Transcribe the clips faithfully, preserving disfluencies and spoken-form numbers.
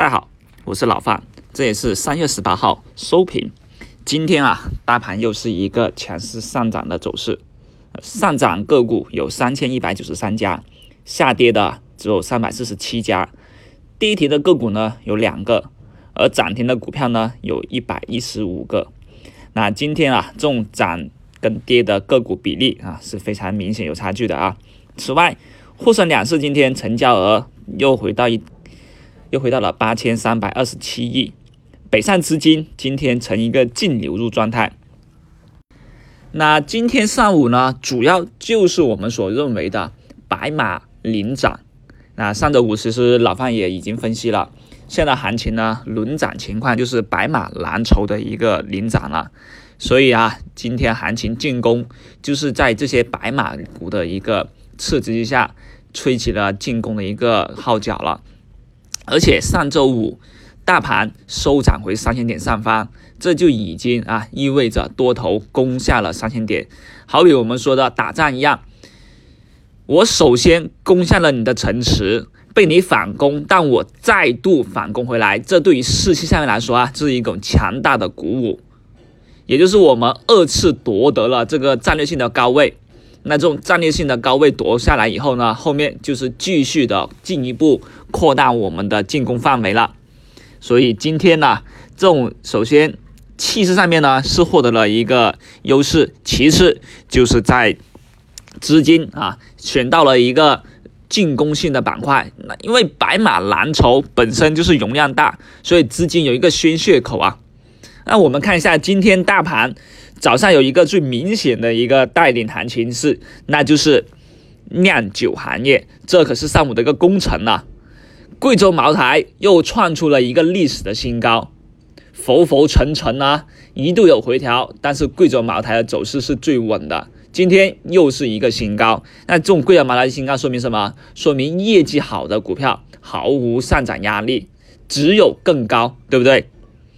大家好，我是老范，这也是三月十八号收评。今天啊，大盘又是一个强势上涨的走势，上涨个股有三千一百九十三家，下跌的只有三百四十七家，跌停的个股呢有两个，而涨停的股票呢有一百一十五个。那今天啊，这种涨跟跌的个股比例啊是非常明显有差距的啊。此外，沪深两市今天成交额又回到一又回到了八千三百二十七亿，北上资金今天呈一个净流入状态。那今天上午呢，主要就是我们所认为的白马领涨。那上周五其实老范也已经分析了，现在行情呢轮涨情况就是白马蓝筹的一个领涨了，所以啊，今天行情进攻就是在这些白马股的一个刺激之下，吹起了进攻的一个号角了。而且上周五大盘收涨回三千点上方，这就已经啊意味着多头攻下了三千点。好比我们说的打仗一样，我首先攻下了你的城池，被你反攻，但我再度反攻回来，这对于士气上面来说啊，这是一种强大的鼓舞，也就是我们二次夺得了这个战略性的高位。那这种战略性的高位夺下来以后呢，后面就是继续的进一步扩大我们的进攻范围了。所以今天呢，这种首先气势上面呢是获得了一个优势，其次就是在资金啊选到了一个进攻性的板块。那因为白马蓝筹本身就是容量大，所以资金有一个宣泄口啊。那我们看一下今天大盘早上有一个最明显的一个带领行情是，那就是酿酒行业，这可是上午的一个功臣啊。贵州茅台又创出了一个历史的新高，浮浮沉沉啊，一度有回调，但是贵州茅台的走势是最稳的，今天又是一个新高。那这种贵州茅台的新高说明什么？说明业绩好的股票毫无上涨压力，只有更高，对不对？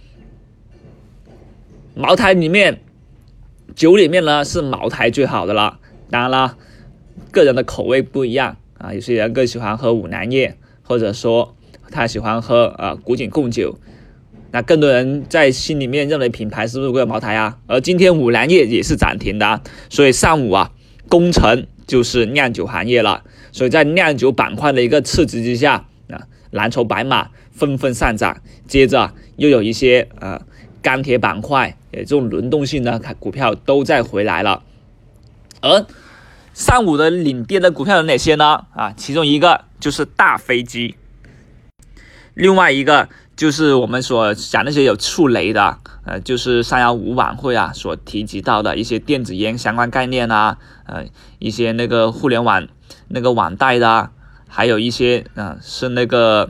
茅台里面酒里面呢是茅台最好的了，当然了，个人的口味不一样啊，有些人更喜欢喝五粮液，或者说他喜欢喝呃古井贡酒。那更多人在心里面认为品牌是不是贵州茅台啊？而今天五粮液也是涨停的，所以上午啊，功臣就是酿酒行业了。所以在酿酒板块的一个刺激之下啊，蓝筹白马纷纷上涨，接着又有一些呃钢铁板块，这种轮动性的股票都在回来了。而上午的领跌的股票有哪些呢？啊，其中一个就是大飞机，另外一个就是我们所讲那些有触雷的，呃，就是三幺五晚会啊所提及到的一些电子烟相关概念啊，呃，一些那个互联网那个网贷的啊，还有一些呃是那个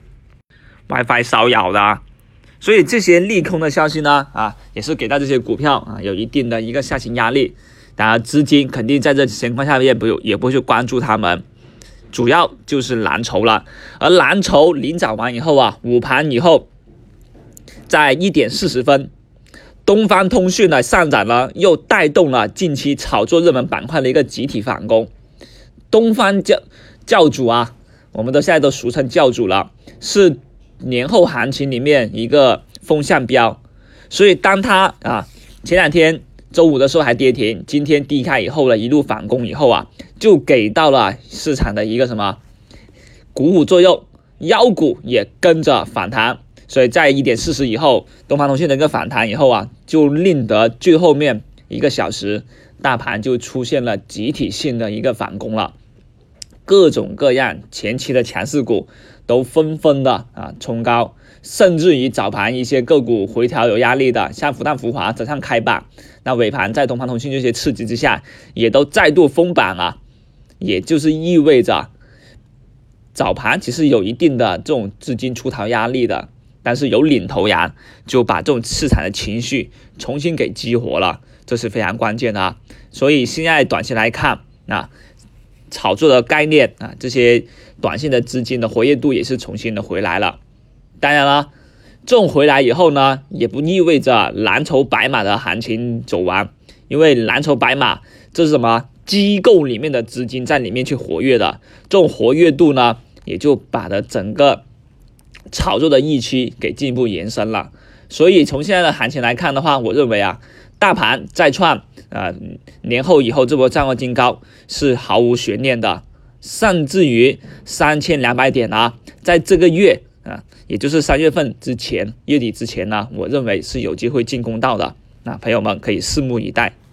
WiFi 骚扰的啊。所以这些利空的消息呢，啊，也是给到这些股票啊有一定的一个下行压力。当然，资金肯定在这情况下也不也不会去关注他们，主要就是蓝筹了。而蓝筹领涨完以后啊，午盘以后，在一点四十分，东方通讯的上涨呢，又带动了近期炒作热门板块的一个集体反攻。东方教教主啊，我们都现在都俗称教主了，是年后行情里面一个风向标，所以当他啊前两天周五的时候还跌停，今天低开以后了，一路反攻以后啊，就给到了市场的一个什么鼓舞作用，妖股也跟着反弹，所以在一点四十以后，东方通讯的一个反弹以后啊，就令得最后面一个小时大盘就出现了集体性的一个反攻了。各种各样前期的强势股都纷纷的啊冲高，甚至于早盘一些个股回调有压力的，像复旦福华早上开板，那尾盘在东方通讯这些刺激之下，也都再度封板了，也就是意味着早盘其实有一定的这种资金出逃压力的，但是有领头羊就把这种市场的情绪重新给激活了，这是非常关键的啊。所以现在短期来看啊，炒作的概念啊，这些短线的资金的活跃度也是重新的回来了。当然了，这种回来以后呢，也不意味着蓝筹白马的行情走完，因为蓝筹白马这是什么？机构里面的资金在里面去活跃的，这种活跃度呢，也就把的整个炒作的预期给进一步延伸了。所以从现在的行情来看的话，我认为啊，大盘再创啊、呃、年后以后这波战略新高是毫无悬念的，甚至于三千两百点啊，在这个月啊，也就是三月份之前，月底之前呢，我认为是有机会进攻到的。那朋友们可以拭目以待。